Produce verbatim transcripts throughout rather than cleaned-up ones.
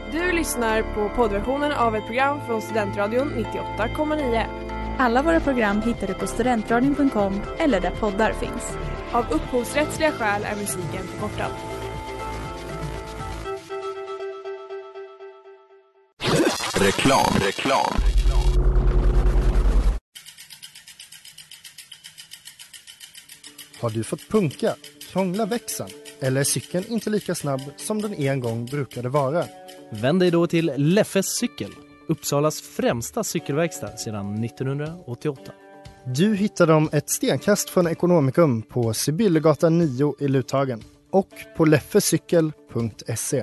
Du lyssnar på poddversionen av ett program från Studentradion nittioåtta komma nio. Alla våra program hittar du på studentradion punkt com eller där poddar finns. Av upphovsrättsliga skäl är musiken förkortad. Reklam, reklam. Har du fått punka, krångla växeln eller är cykeln inte lika snabb som den en gång brukade vara? Vänd dig då till Leffes cykel, Uppsalas främsta cykelverkstad sedan nittonhundraåttioåtta. Du hittar dem ett stenkast från Ekonomikum på Sibyllegatan nio i Luthagen och på leffecykel punkt se.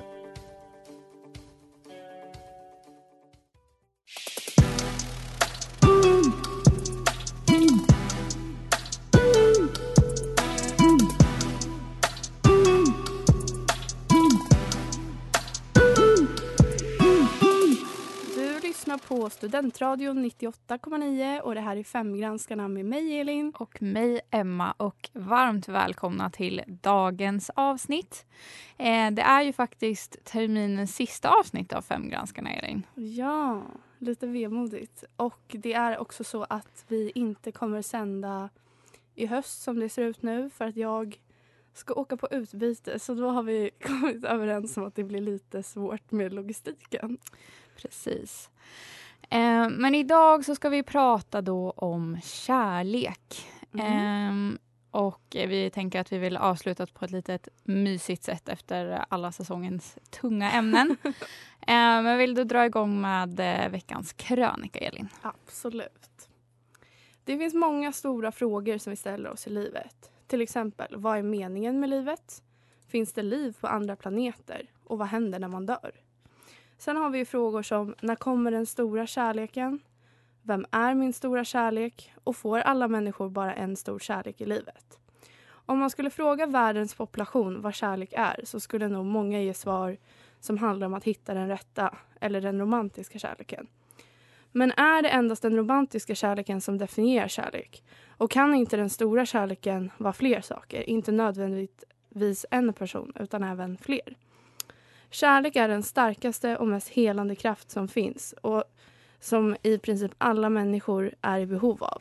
På Studentradion nittioåtta komma nio och det här är Femgranskarna med mig Elin. Och mig Emma och varmt välkomna till dagens avsnitt. Eh, det är ju faktiskt terminens sista avsnitt av Femgranskarna, Elin. Ja, lite vemodigt. Och det är också så att vi inte kommer sända i höst som det ser ut nu för att jag ska åka på utbyte. Så då har vi kommit överens om att det blir lite svårt med logistiken. Precis. Eh, men idag så ska vi prata då om kärlek. Mm. Eh, och vi tänker att vi vill avsluta på ett litet mysigt sätt efter alla säsongens tunga ämnen. eh, men vill du dra igång med eh, veckans krönika, Elin? Absolut. Det finns många stora frågor som vi ställer oss i livet. Till exempel, vad är meningen med livet? Finns det liv på andra planeter? Och vad händer när man dör? Sen har vi frågor som, när kommer den stora kärleken? Vem är min stora kärlek? Och får alla människor bara en stor kärlek i livet? Om man skulle fråga världens population vad kärlek är så skulle nog många ge svar som handlar om att hitta den rätta eller den romantiska kärleken. Men är det endast den romantiska kärleken som definierar kärlek? Och kan inte den stora kärleken vara fler saker? Inte nödvändigtvis en person utan även fler. Kärlek är den starkaste och mest helande kraft som finns och som i princip alla människor är i behov av.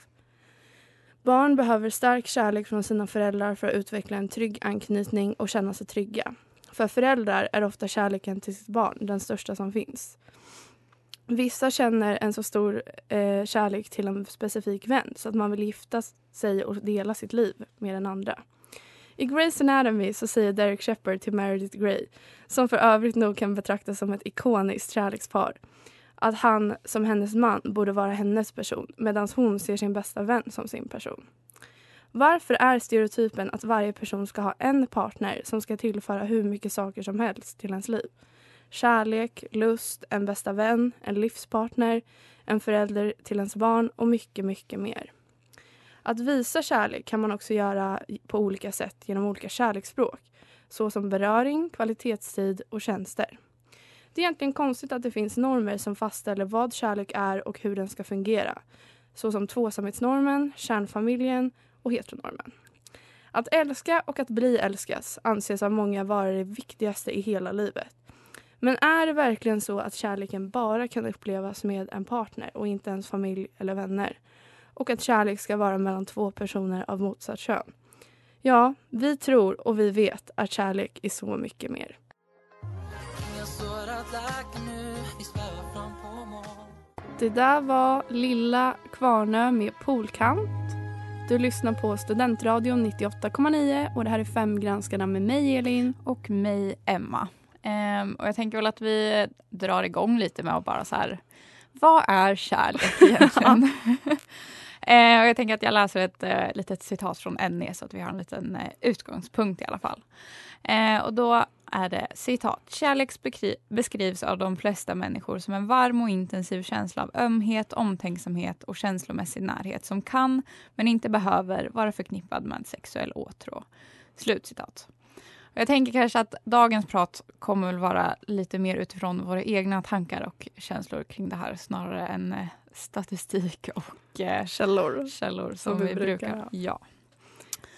Barn behöver stark kärlek från sina föräldrar för att utveckla en trygg anknytning och känna sig trygga. För föräldrar är ofta kärleken till sitt barn den största som finns. Vissa känner en så stor eh, kärlek till en specifik vän så att man vill gifta sig och dela sitt liv med den andra. I Grey's Anatomy så säger Derek Shepherd till Meredith Grey, som för övrigt nog kan betraktas som ett ikoniskt kärlekspar, att han som hennes man borde vara hennes person medan hon ser sin bästa vän som sin person. Varför är stereotypen att varje person ska ha en partner som ska tillföra hur mycket saker som helst till ens liv? Kärlek, lust, en bästa vän, en livspartner, en förälder till ens barn och mycket, mycket mer. Att visa kärlek kan man också göra på olika sätt genom olika kärleksspråk, såsom beröring, kvalitetstid och tjänster. Det är egentligen konstigt att det finns normer som fastställer vad kärlek är och hur den ska fungera, såsom tvåsamhetsnormen, kärnfamiljen och heteronormen. Att älska och att bli älskas anses av många vara det viktigaste i hela livet. Men är det verkligen så att kärleken bara kan upplevas med en partner och inte ens familj eller vänner? Och att kärlek ska vara mellan två personer av motsatt kön? Ja, vi tror och vi vet att kärlek är så mycket mer. Det där var Lilla Kvarnö med Poolkant. Du lyssnar på Studentradion nittioåtta komma nio och det här är Femgranskarna med mig Elin. Och mig Emma. Ehm, och jag tänker väl att vi drar igång lite med att bara så här, vad är kärlek egentligen? Eh, och jag tänker att jag läser ett eh, litet citat från N E så att vi har en liten eh, utgångspunkt i alla fall. Eh, och då är det citat. Kärlek beskri- beskrivs av de flesta människor som en varm och intensiv känsla av ömhet, omtänksamhet och känslomässig närhet som kan, men inte behöver, vara förknippad med sexuell åtrå. Slutcitat. Och jag tänker kanske att dagens prat kommer väl vara lite mer utifrån våra egna tankar och känslor kring det här snarare än eh, statistik och eh, källor. källor som, som vi, vi brukar. brukar. Ja.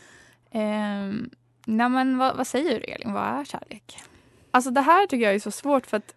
Eh, nej men vad, vad säger du Elin? Vad är kärlek? Alltså det här tycker jag är så svårt för att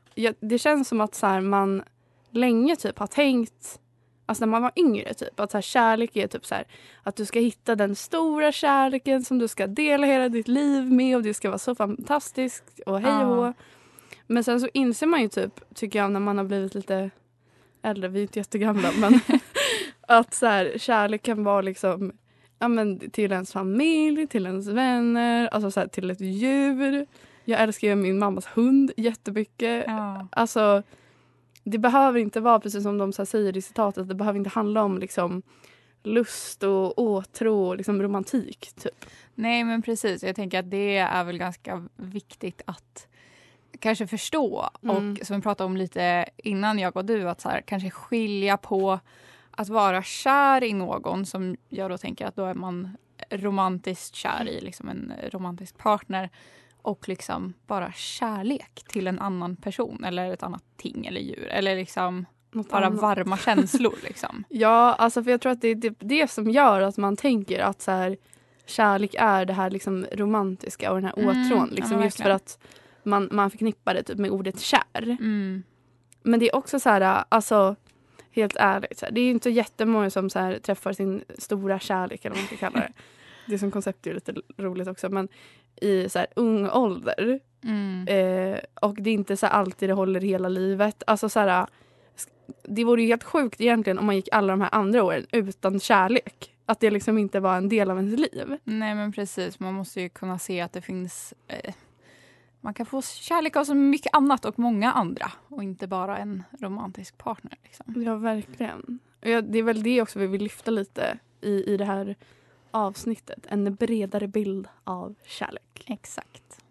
jag, det känns som att så här, man länge typ har tänkt, alltså när man var yngre typ, att så här, kärlek är typ så här, att du ska hitta den stora kärleken som du ska dela hela ditt liv med och det ska vara så fantastiskt och hej och hå. Men sen så inser man ju typ, tycker jag, när man har blivit lite äldre, vi är inte jättegamla, men att så här, kärlek kan vara liksom, ja, men till ens familj, till ens vänner, alltså så här, till ett djur. Jag älskar ju min mammas hund jättemycket. Ja. Alltså, det behöver inte vara, precis som de så här säger i citatet, det behöver inte handla om liksom lust och åtrå och liksom romantik typ. Nej, men precis. Jag tänker att det är väl ganska viktigt att kanske förstå. Mm. Och som vi pratade om lite innan jag och du, att så här, kanske skilja på att vara kär i någon, som jag då tänker att då är man romantiskt kär i liksom en romantisk partner, och liksom bara kärlek till en annan person eller ett annat ting eller djur eller liksom Något bara annat. varma känslor liksom. Ja, alltså för jag tror att det är det, det som gör att man tänker att så här, kärlek är det här liksom romantiska och den här Mm, åtrån. ja, Liksom, men just för verkligen. att man, man förknippar det typ med ordet kär. Mm. Men det är också så här, alltså helt ärligt, så här, det är inte jättemånga som så här, träffar sin stora kärlek eller vad man ska kalla det. Det som koncept är lite roligt också, men i så här, ung ålder. Mm. Eh, och det är inte så här, alltid det håller hela livet. Alltså så här, det vore ju helt sjukt egentligen om man gick alla de här andra åren utan kärlek. Att det liksom inte var en del av ens liv. Nej, men precis. Man måste ju kunna se att det finns... Eh, man kan få kärlek av så mycket annat och många andra. Och inte bara en romantisk partner. Liksom. Ja, verkligen. Och ja, det är väl det också vi vill lyfta lite i, i det här avsnittet. En bredare bild av kärlek. Exakt.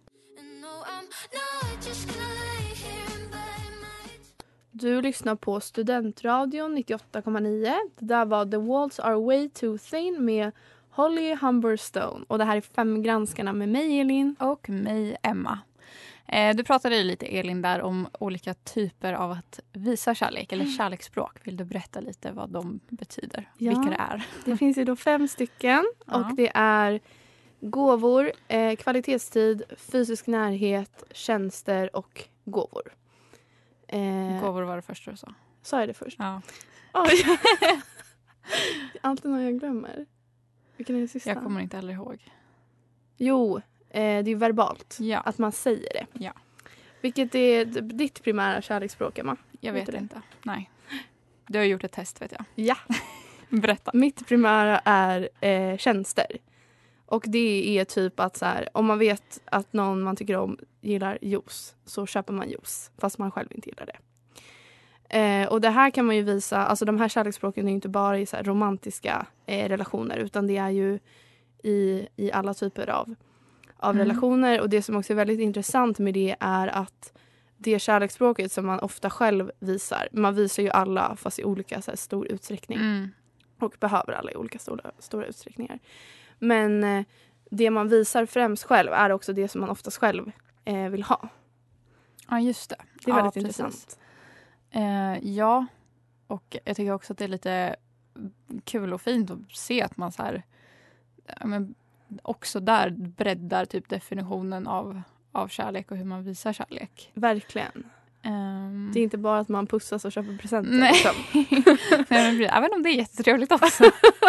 Du lyssnar på Studentradion nittioåtta komma nio. Det där var The Walls Are Way Too Thin med Holly Humberstone. Och det här är Fem granskarna med mig, Elin. Och mig, Emma. Eh, du pratade ju lite, Elin, där om olika typer av att visa kärlek. Eller kärleksspråk. Vill du berätta lite vad de betyder? Ja. Vilka det är? Det finns ju då fem stycken. Ja. Och det är gåvor, eh, kvalitetstid, fysisk närhet, tjänster och gåvor. Eh, Gåvor var det första du sa. Sa jag det först? Ja. Oj. Det är alltid någon jag glömmer. Vilken är det sista? Jag kommer inte heller ihåg. Jo, eh, det är ju verbalt. Ja. Att man säger det. Ja. Vilket är d- ditt primära kärleksspråk, Emma? Jag Vet vet du det? inte. Nej. Du har gjort ett test, vet jag. Ja. Berätta. Mitt primära är eh, tjänster. Och det är typ att så här, om man vet att någon man tycker om gillar juice, så köper man juice fast man själv inte gillar det. Eh, och det här kan man ju visa, alltså de här kärleksspråken är ju inte bara i så här romantiska eh, relationer, utan det är ju i, i alla typer av, av Mm. relationer. Och det som också är väldigt intressant med det är att det kärleksspråket som man ofta själv visar, man visar ju alla fast i olika så här, stor utsträckning. Mm. Och behöver alla i olika stora, stora utsträckningar. Men eh, det man visar främst själv är också det som man oftast själv eh, vill ha. Ja, just det. Det är Ja, väldigt precis. intressant. Eh, ja, och jag tycker också att det är lite kul och fint att se att man så här, ja, men också där breddar typ definitionen av, av kärlek och hur man visar kärlek. Verkligen. Um, Det är inte bara att man pussas och köper presenter. Nej. Liksom. Nej, men, även om det är jättetrevligt också.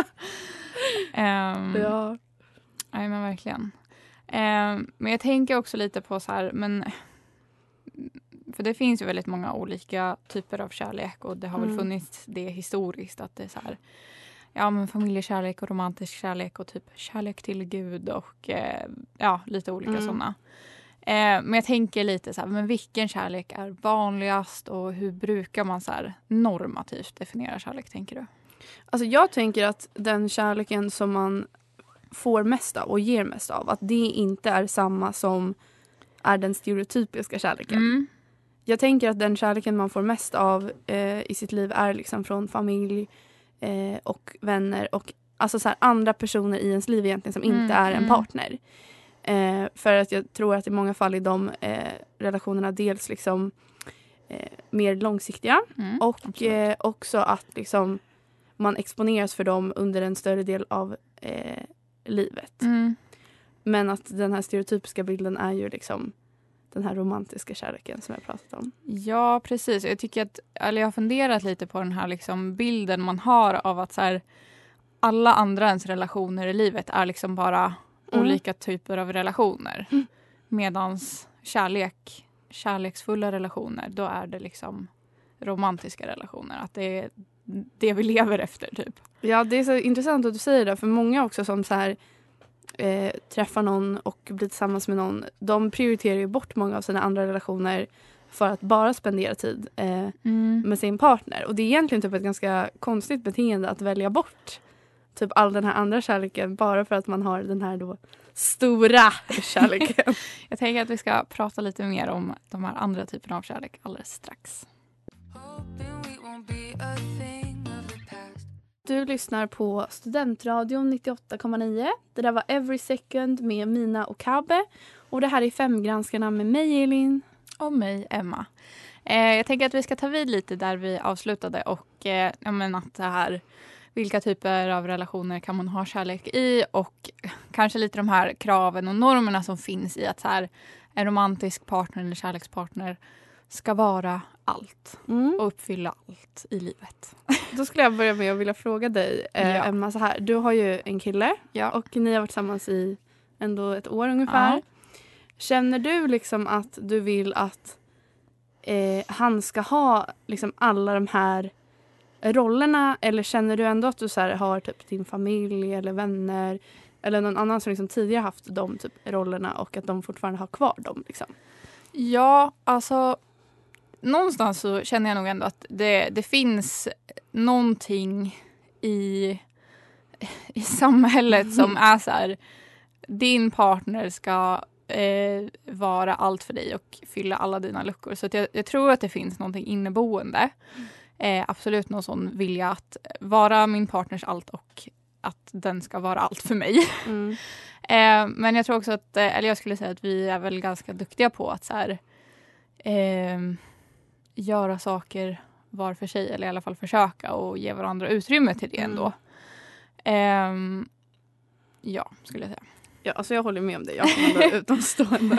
um, Ja. Nej, men verkligen. Um, men jag tänker också lite på så här, men för det finns ju väldigt många olika typer av kärlek, och det har väl Mm. funnits det historiskt, att det är så här, ja, men familjekärlek och romantisk kärlek och typ kärlek till Gud och eh, ja, lite olika Mm. sådana. Eh, men jag tänker lite så här, men vilken kärlek är vanligast och hur brukar man så här normativt definiera kärlek, tänker du? Alltså jag tänker att den kärleken som man får mest av och ger mest av, att det inte är samma som är den stereotypiska kärleken. Mm. Jag tänker att den kärleken man får mest av eh, i sitt liv är liksom från familj eh, och vänner och alltså så här, andra personer i ens liv egentligen som Mm, inte är en mm. partner. Eh, för att jag tror att i många fall är de eh, relationerna dels liksom eh, mer långsiktiga Mm, och absolut. eh, också att liksom man exponeras för dem under en större del av eh, livet. Mm. Men att den här stereotypiska bilden är ju liksom den här romantiska kärleken som jag pratat om. Ja, precis. Jag tycker att, eller jag har funderat lite på den här liksom bilden man har av att så här, alla andra ens relationer i livet är liksom bara mm. olika typer av relationer. Mm. Medans kärlek, kärleksfulla relationer, då är det liksom romantiska relationer. Att det är det vi lever efter typ. Ja, det är så intressant att du säger det. För många också som så här eh, träffar någon och blir tillsammans med någon, de prioriterar ju bort många av sina andra relationer för att bara spendera tid eh, mm. med sin partner. Och det är egentligen typ ett ganska konstigt beteende att välja bort typ all den här andra kärleken bara för att man har den här då stora kärleken. Jag tänker att vi ska prata lite mer om de här andra typerna av kärlek alldeles strax. Du lyssnar på Studentradion nittioåtta komma nio. Det där var Every Second med Mina och Kabe. Och det här är Femgranskarna med mig, Elin. Och mig, Emma. Eh, jag tänker att vi ska ta vid lite där vi avslutade. Och eh, jag menar att det här, vilka typer av relationer kan man ha kärlek i? Och kanske lite de här kraven och normerna som finns i att så här, en romantisk partner eller kärlekspartner ska vara allt mm. och uppfylla allt i livet. Då skulle jag börja med att vilja fråga dig, eh, ja. Emma, så här. Du har ju en kille ja. och ni har varit tillsammans i ändå ett år ungefär. Ja. Känner du liksom att du vill att eh, han ska ha liksom alla de här rollerna, eller känner du ändå att du så här, har typ din familj eller vänner eller någon annan som liksom tidigare haft de typ rollerna och att de fortfarande har kvar dem liksom? Ja, alltså någonstans så känner jag nog ändå att det, det finns någonting i, i samhället som är så här, din partner ska eh, vara allt för dig och fylla alla dina luckor. Så att jag, jag tror att det finns någonting inneboende. Eh, absolut någon sån vilja att vara min partners allt och att den ska vara allt för mig. Mm. eh, men jag tror också att, eller jag skulle säga att vi är väl ganska duktiga på att så här, eh, göra saker var för sig, eller i alla fall försöka och ge varandra utrymme till det ändå. Mm. Eh, ja, skulle jag säga. Ja, alltså jag håller med om det. Jag är ändå utomstående.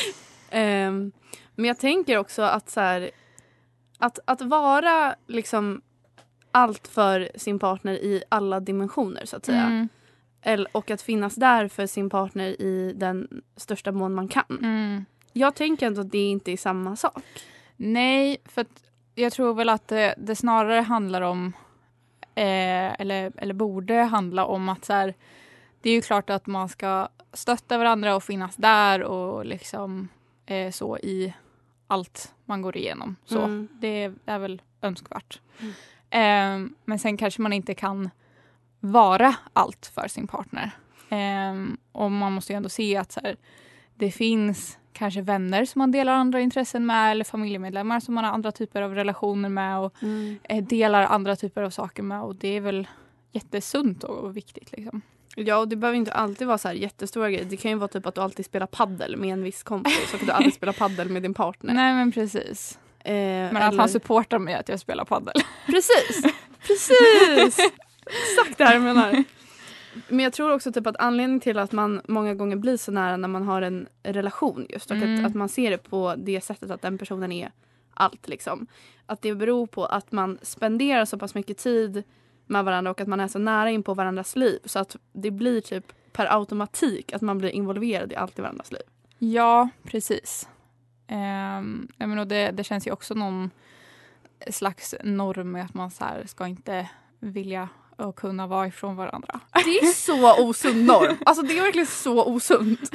eh, men jag tänker också att så här, att, att vara liksom allt för sin partner i alla dimensioner så att säga. Mm. Eller, och att finnas där för sin partner i den största mån man kan. Mm. Jag tänker ändå att det inte är samma sak. Nej, för att jag tror väl att det, det snarare handlar om eh, eller, eller borde handla om att så här, det är ju klart att man ska stötta varandra och finnas där och liksom eh, så i allt man går igenom. Så mm. det är väl önskvärt. Mm. Eh, men sen kanske man inte kan vara allt för sin partner. Eh, och man måste ju ändå se att så här, det finns kanske vänner som man delar andra intressen med eller familjemedlemmar som man har andra typer av relationer med och mm. eh, delar andra typer av saker med. Och det är väl jättesunt och viktigt liksom. Ja, och det behöver inte alltid vara så här jättestora grejer. Det kan ju vara typ att du alltid spelar paddel med en viss kompis så kan du aldrig spela paddel med din partner. Nej, men precis. Eh, men att eller... han supportar mig att jag spelar paddel. Precis, precis. Exakt det här jag menar. Men jag tror också typ att anledningen till att man många gånger blir så nära när man har en relation just och mm. att, att man ser det på det sättet att den personen är allt liksom. Att det beror på att man spenderar så pass mycket tid med varandra och att man är så nära in på varandras liv så att det blir typ per automatik att man blir involverad i allt i varandras liv. Ja, precis. Um, jag menar, det, det känns ju också någon slags norm med att man så här ska inte vilja och kunna vara ifrån varandra. Det är så osund norm. Alltså det är verkligen så osunt.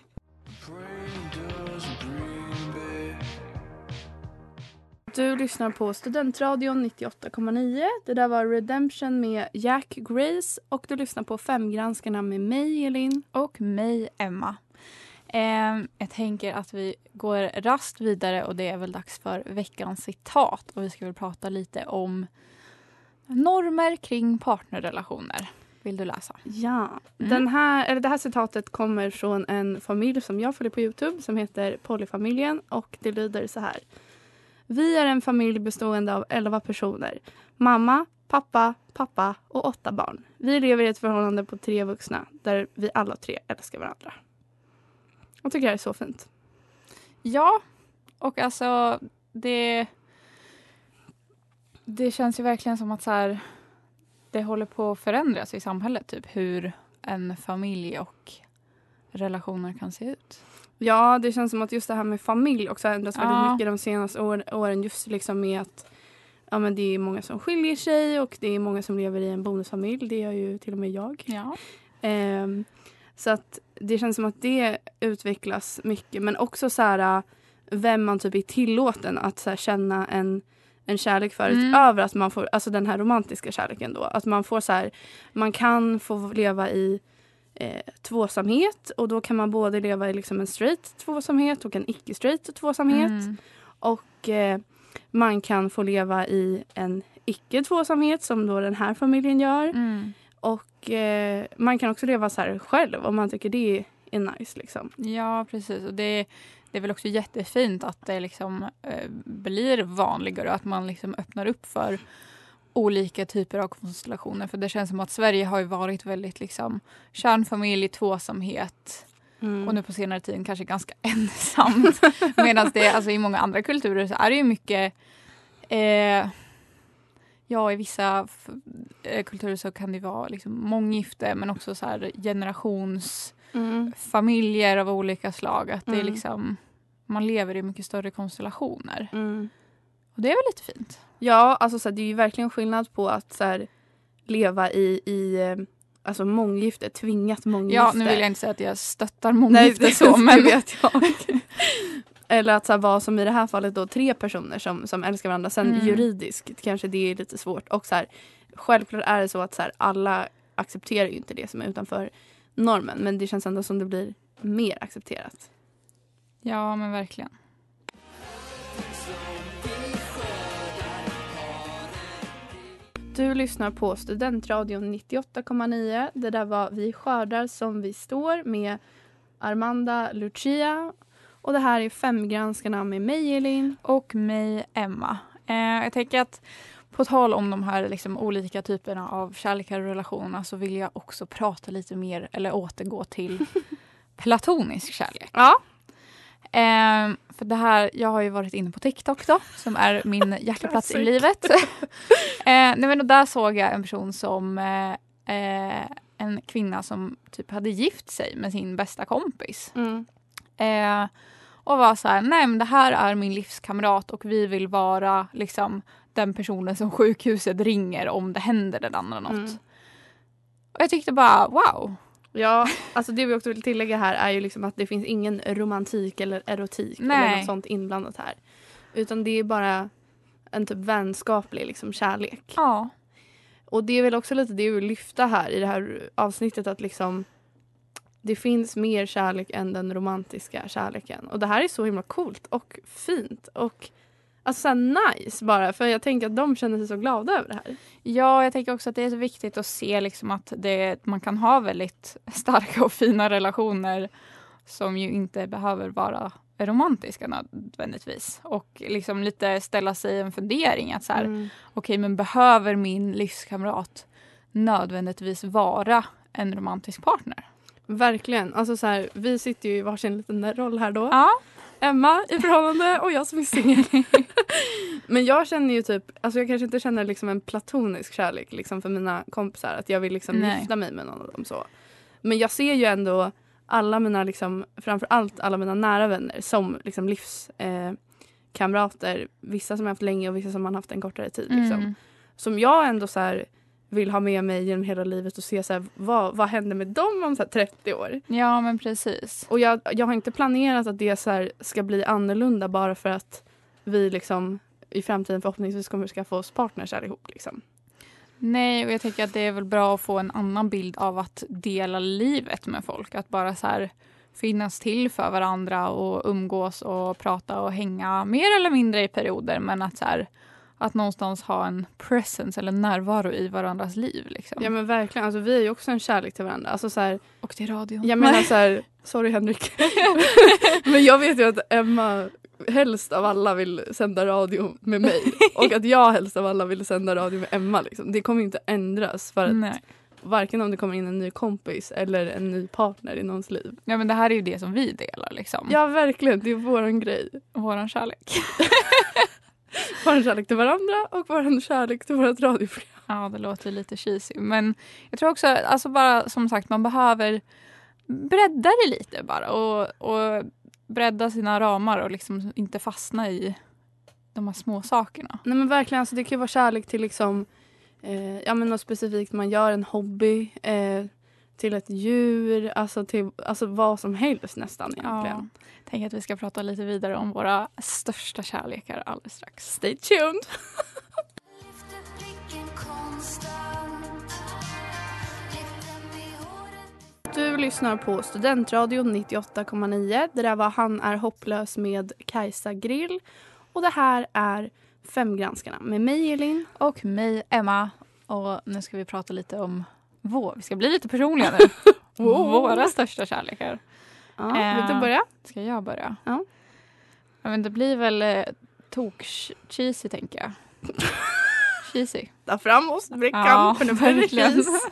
Du lyssnar på Studentradion nittioåtta komma nio. Det där var Redemption med Jack Grace. Och du lyssnar på Femgranskarna med mig, Elin. Och mig, Emma. Eh, jag tänker att vi går rast vidare och det är väl dags för veckans citat. Och vi ska väl prata lite om normer kring partnerrelationer. Vill du läsa? Ja. Mm. Den här, eller det här citatet kommer från en familj som jag följer på YouTube som heter Polyfamiljen. Och det lyder så här. Vi är en familj bestående av elva personer. Mamma, pappa, pappa och åtta barn. Vi lever i ett förhållande på tre vuxna där vi alla tre älskar varandra. Jag tycker det är så fint. Ja, och alltså det, det känns ju verkligen som att så här, det håller på att förändras i samhället. Typ hur en familj och relationer kan se ut. Ja, det känns som att just det här med familj också har ändrats Ja. väldigt mycket de senaste år, åren. Just liksom med att ja, men det är många som skiljer sig och det är många som lever i en bonusfamilj. Det gör ju till och med jag. Ja. Ehm, så att det känns som att det utvecklas mycket. Men också så här, vem man typ är tillåten att så här, känna en, en kärlek för. Mm. Utöver att man får, alltså den här romantiska kärleken då. Att man får så här, man kan få leva i eh, tvåsamhet. Och då kan man både leva i liksom en straight tvåsamhet och en icke-straight tvåsamhet. Mm. Och eh, man kan få leva i en icke-tvåsamhet som då den här familjen gör. Mm. Och eh, man kan också leva så här själv om man tycker det är nice liksom. Ja, precis. Och det, det är väl också jättefint att det liksom eh, blir vanligare och att man liksom öppnar upp för olika typer av konstellationer. För det känns som att Sverige har ju varit väldigt liksom kärnfamilj, tvåsamhet Mm. och nu på senare tiden kanske ganska ensamt. Medan det alltså i många andra kulturer så är det ju mycket eh, ja, i vissa f- eh, kulturer så kan det vara liksom månggifte men också så här generationsfamiljer Mm. av olika slag. Att det är Mm. liksom, man lever i mycket större konstellationer. Mm. Och det är väl lite fint. Ja, alltså så här, det är ju verkligen skillnad på att så här, leva i, i eh, alltså månggifte, tvingat månggifte. Ja, nu vill jag inte säga att jag stöttar Nej, månggifte det, så, men det vet jag. Eller att så här, vara som i det här fallet då tre personer som, som älskar varandra. Sen Mm. juridiskt kanske det är lite svårt. Och så här, självklart är det så att så här, alla accepterar ju inte det som är utanför normen. Men det känns ändå som det blir mer accepterat. ja, men verkligen. Du lyssnar på Studentradion nittioåtta komma nio. Det där var Vi skördar som vi står med Armanda Lucia. Och det här är Femgranskarna med mig, Elin. Och mig, Emma. Eh, jag tänker att på tal om de här liksom olika typerna av kärlekar och relationer så vill jag också prata lite mer eller återgå till platonisk kärlek. Ja. Eh, för det här, jag har ju varit inne på TikTok då, som är min hjärteplats i Classic. livet. eh, nej, men och där såg jag en person som eh, eh, en kvinna som typ hade gift sig med sin bästa kompis. Mm. Eh, och var så här, nej men det här är min livskamrat och vi vill vara liksom den personen som sjukhuset ringer om det händer det andra något. Mm. Och jag tyckte bara, wow. Ja, alltså det vi också vill tillägga här är ju liksom att det finns ingen romantik eller erotik Nej. eller något sånt inblandat här. Utan det är bara en typ vänskaplig liksom kärlek. Ja. Och det är väl också lite det vi vill lyfta här i det här avsnittet att liksom det finns mer kärlek än den romantiska kärleken. Och det här är så himla coolt och fint och alltså så här nice bara för jag tänker att de känner sig så glada över det här. Ja, jag tänker också att det är så viktigt att se liksom att det, man kan ha väldigt starka och fina relationer som ju inte behöver vara romantiska nödvändigtvis. Och liksom lite ställa sig en fundering att så här, Mm. okej, men behöver min livskamrat nödvändigtvis vara en romantisk partner? Verkligen. Alltså så här, vi sitter ju i varsin liten roll här då. Ja. Emma i förhållande och jag som är singel. Men jag känner ju typ, alltså jag kanske inte känner liksom en platonisk kärlek liksom för mina kompisar. Att jag vill liksom Nej. gifta mig med någon av dem så. Men jag ser ju ändå alla mina liksom, framförallt alla mina nära vänner som liksom livskamrater. Eh, kamrater. Vissa som jag haft länge och vissa som man haft en kortare tid. Liksom. Mm. Som jag ändå så här vill ha med mig genom hela livet och se så här, vad, vad händer med dem om så här trettio år. Ja, men precis. Och jag, jag har inte planerat att det så här ska bli annorlunda bara för att vi liksom i framtiden förhoppningsvis kommer skaffa oss partners allihop. Liksom. Nej, och jag tänker att det är väl bra att få en annan bild av att dela livet med folk. Att bara så här finnas till för varandra och umgås och prata och hänga mer eller mindre i perioder. Men att så här, att någonstans ha en presence eller närvaro i varandras liv. Liksom. Ja men verkligen, alltså, vi är ju också en kärlek till varandra. Alltså, så här, Och till radion. jag menar så här, sorry Henrik. Men jag vet ju att Emma helst av alla vill sända radio med mig. Och att jag helst av alla vill sända radio med Emma. Liksom. Det kommer ju inte ändras för att Nej. varken om det kommer in en ny kompis eller en ny partner i någons liv. Ja, men det här är ju det som vi delar liksom. Ja, verkligen. Det är våran grej. Våran kärlek. Våran kärlek till varandra och våran kärlek till vårat radioprogram. Ja, det låter lite cheesy. Men jag tror också, alltså bara som sagt, man behöver bredda det lite bara. Och, och bredda sina ramar och liksom inte fastna i de här små sakerna. Nej, men verkligen, alltså det kan ju vara kärlek till liksom, eh, ja, men något specifikt man gör, en hobby, eh, till ett djur, alltså till alltså vad som helst nästan egentligen. Ja, tänk att vi ska prata lite vidare om våra största kärlekar alldeles strax. Stay tuned! Du lyssnar på Studentradion nittioåtta komma nio. Det där var Han är hopplös med Kajsa Grill. Och det här är Femgranskarna med mig Elin. Och mig Emma. Och nu ska vi prata lite om vår. Vi ska bli lite personliga nu. Wow. Våra största kärlekar. Ja, vill du börja? Ska jag börja? Ja. Ja, men det blir väl eh, tok-cheesy tänker jag. Cheesy. Ta fram ostbrickan, Ja, för nu börjar det verkligen. cheese.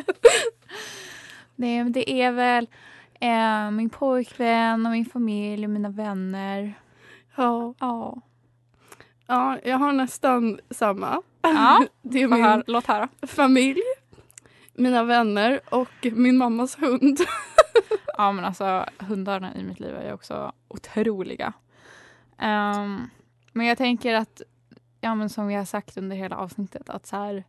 Nej, men det är väl eh, min pojkvän och min familj och mina vänner. Ja. Ja. Ja, jag har nästan samma. Ja, Det är vad min hör, låt höra. familj, mina vänner och min mammas hund. Ja, men alltså hundarna i mitt liv är ju också otroliga. Um, men jag tänker att, ja men som vi har sagt under hela avsnittet, att så här,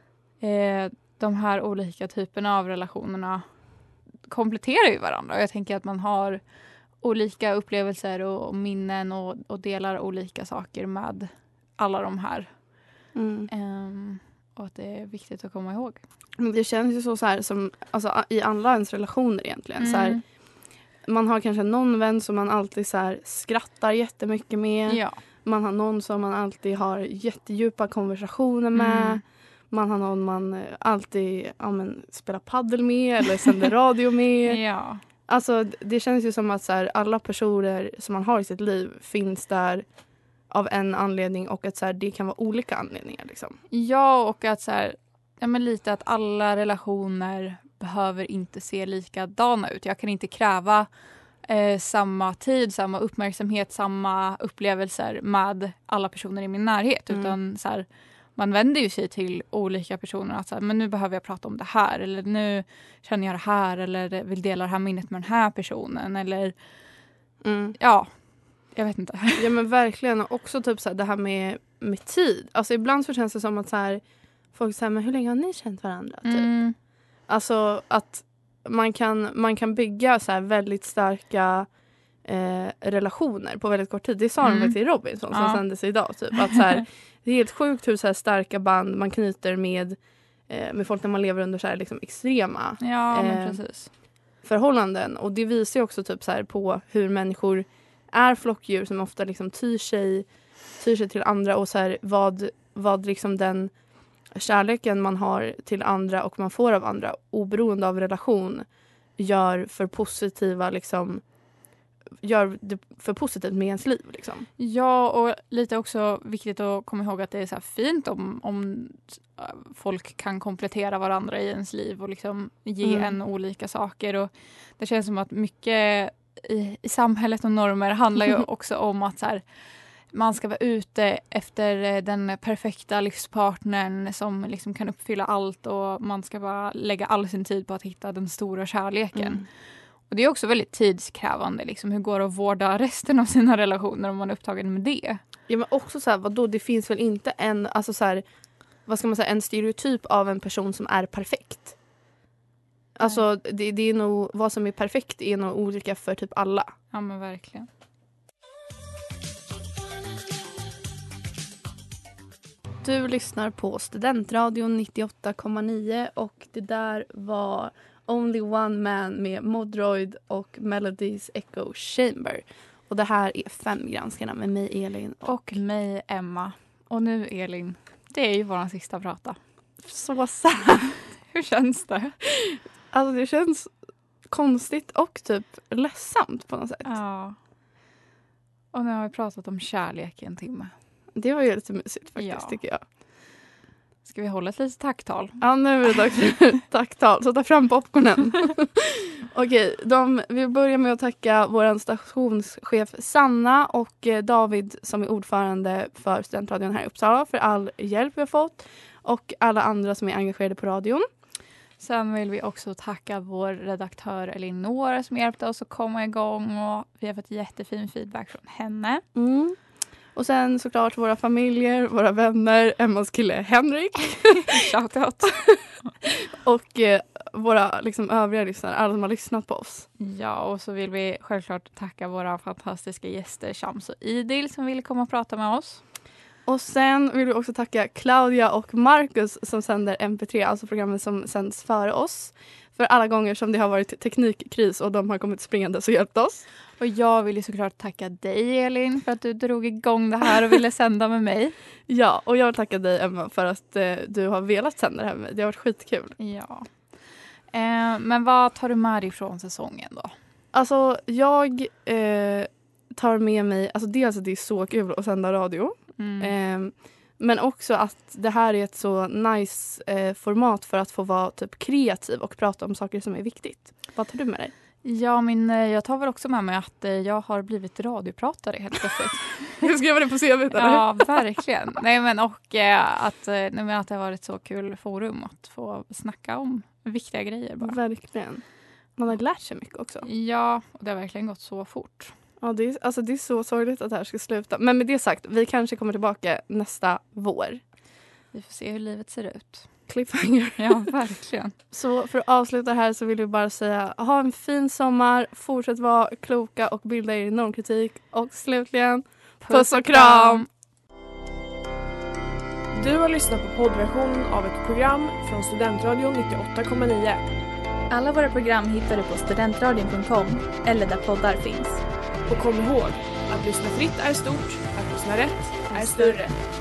eh, de här olika typerna av relationerna kompletterar ju varandra. Och jag tänker att man har olika upplevelser och, och minnen och, och delar olika saker med alla de här. Mm. Um, och att det är viktigt att komma ihåg. Men det känns ju så, så här som alltså, i alla ens relationer egentligen. Mm. Så här, man har kanske någon vän som man alltid så här, skrattar jättemycket med. Ja. Man har någon som man alltid har jättedjupa konversationer med. Mm. Man har någon man eh, alltid ja, men, spelar paddel med eller sänder radio med. Ja. Alltså det känns ju som att så här, alla personer som man har i sitt liv finns där av en anledning och att så här, det kan vara olika anledningar. Liksom. Ja, och att så här, ja, men lite att alla relationer behöver inte se likadana ut. Jag kan inte kräva eh, samma tid, samma uppmärksamhet, samma upplevelser med alla personer i min närhet. Mm. Utan så här, man vänder ju sig till olika personer. Att så här, men nu behöver jag prata om det här. Eller nu känner jag det här. Eller vill dela det här minnet med den här personen. Eller Mm. ja, jag vet inte. Ja men verkligen. Och också typ så här, det här med, med tid. Alltså ibland så känns det som att så här, folk säger, men hur länge har ni känt varandra? Typ. Mm. Alltså att man kan, man kan bygga så här väldigt starka eh, relationer på väldigt kort tid. Det sa Mm. de faktiskt i Robinson som Ja. sändes idag. Typ. Att så här, det är helt sjukt hur så här starka band man knyter med, eh, med folk när man lever under så här, liksom, extrema Ja, men Eh, precis. förhållanden. Och det visar ju också typ, så här, på hur människor är flockdjur som ofta liksom, tyr, sig, tyr sig till andra och så här, vad, vad liksom den kärleken man har till andra och man får av andra oberoende av relation gör för positiva liksom, gör det för positivt med ens liv liksom. Ja, och lite också viktigt att komma ihåg att det är så här fint om, om folk kan komplettera varandra i ens liv och liksom ge Mm. en olika saker. Och det känns som att mycket i, i samhället och normer handlar ju också om att så här, man ska vara ute efter den perfekta livspartnern som liksom kan uppfylla allt och man ska bara lägga all sin tid på att hitta den stora kärleken. Mm. Och det är också väldigt tidskrävande. Liksom. Hur går det att vårda resten av sina relationer om man är upptagen med det? Ja men också så här, vadå, det finns väl inte en, alltså så här, vad ska man säga, en stereotyp av en person som är perfekt. Alltså det, det är nog, vad som är perfekt är nog olika för typ alla. Ja, men verkligen. Du lyssnar på Studentradion nittioåtta komma nio och det där var Only One Man med Modroid och Melodies Echo Chamber. Och det här är Femgranskarna med mig Elin. Och mig Emma. Och nu Elin, det är ju vår sista prata. Så sad. Hur känns det? Alltså det känns konstigt och typ ledsamt på något sätt. Ja. Och nu har vi pratat om kärlek i en timme. Det var ju lite mysigt faktiskt Ja. tycker jag. Ska vi hålla ett litet tacktal? Ja, nu är det dags för tacktal. Så ta fram popcornen. Okej, de, vi börjar med att tacka vår stationschef Sanna och eh, David som är ordförande för Studentradion här i Uppsala för all hjälp vi har fått. Och alla andra som är engagerade på radion. Sen vill vi också tacka vår redaktör Elinor som hjälpte oss att komma igång. Och vi har fått jättefin feedback från henne. Mm. Och sen såklart våra familjer, våra vänner, Emmas kille Henrik. Shoutout. och eh, våra liksom, övriga lyssnare, alla som har lyssnat på oss. Ja, och så vill vi självklart tacka våra fantastiska gäster Shams och Idil som ville komma och prata med oss. Och sen vill vi också tacka Claudia och Marcus som sänder M P tre, alltså programmet som sänds före oss. För alla gånger som det har varit teknikkris och de har kommit springande och hjälpt oss. Och jag vill ju såklart tacka dig Elin för att du drog igång det här och ville sända med mig. Ja, och jag vill tacka dig Emma för att eh, du har velat sända det här med mig. Det har varit skitkul. Ja. Eh, men vad tar du med dig från säsongen då? Alltså jag eh, tar med mig, alltså dels att det är så kul att sända radio. Mm. Eh, men också att det här är ett så nice eh, format för att få vara typ kreativ och prata om saker som är viktigt. Vad tar du med dig? Ja, men jag tar väl också med mig att eh, jag har blivit radiopratare helt plötsligt. Jag skriver det på C V:t, eller? Ja, verkligen. Nej, men och eh, att, eh, nej, men att det har varit så kul forum att få snacka om viktiga grejer bara. Verkligen. Man har lärt sig mycket också. Ja, och det har verkligen gått så fort. Ja, det är, alltså, det är så sorgligt att det här ska sluta. Men med det sagt, vi kanske kommer tillbaka nästa vår. Vi får se hur livet ser ut. Cliffhanger. Ja, verkligen. Så för att avsluta här så vill vi bara säga ha en fin sommar, fortsätt vara kloka och bilda er normkritik. Och slutligen, puss och kram! Du har lyssnat på poddversion av ett program från Studentradion nittioåtta komma nio. Alla våra program hittar du på studentradion punkt com eller där poddar finns. Och kom ihåg, att lyssna fritt är stort, att lyssna rätt är större.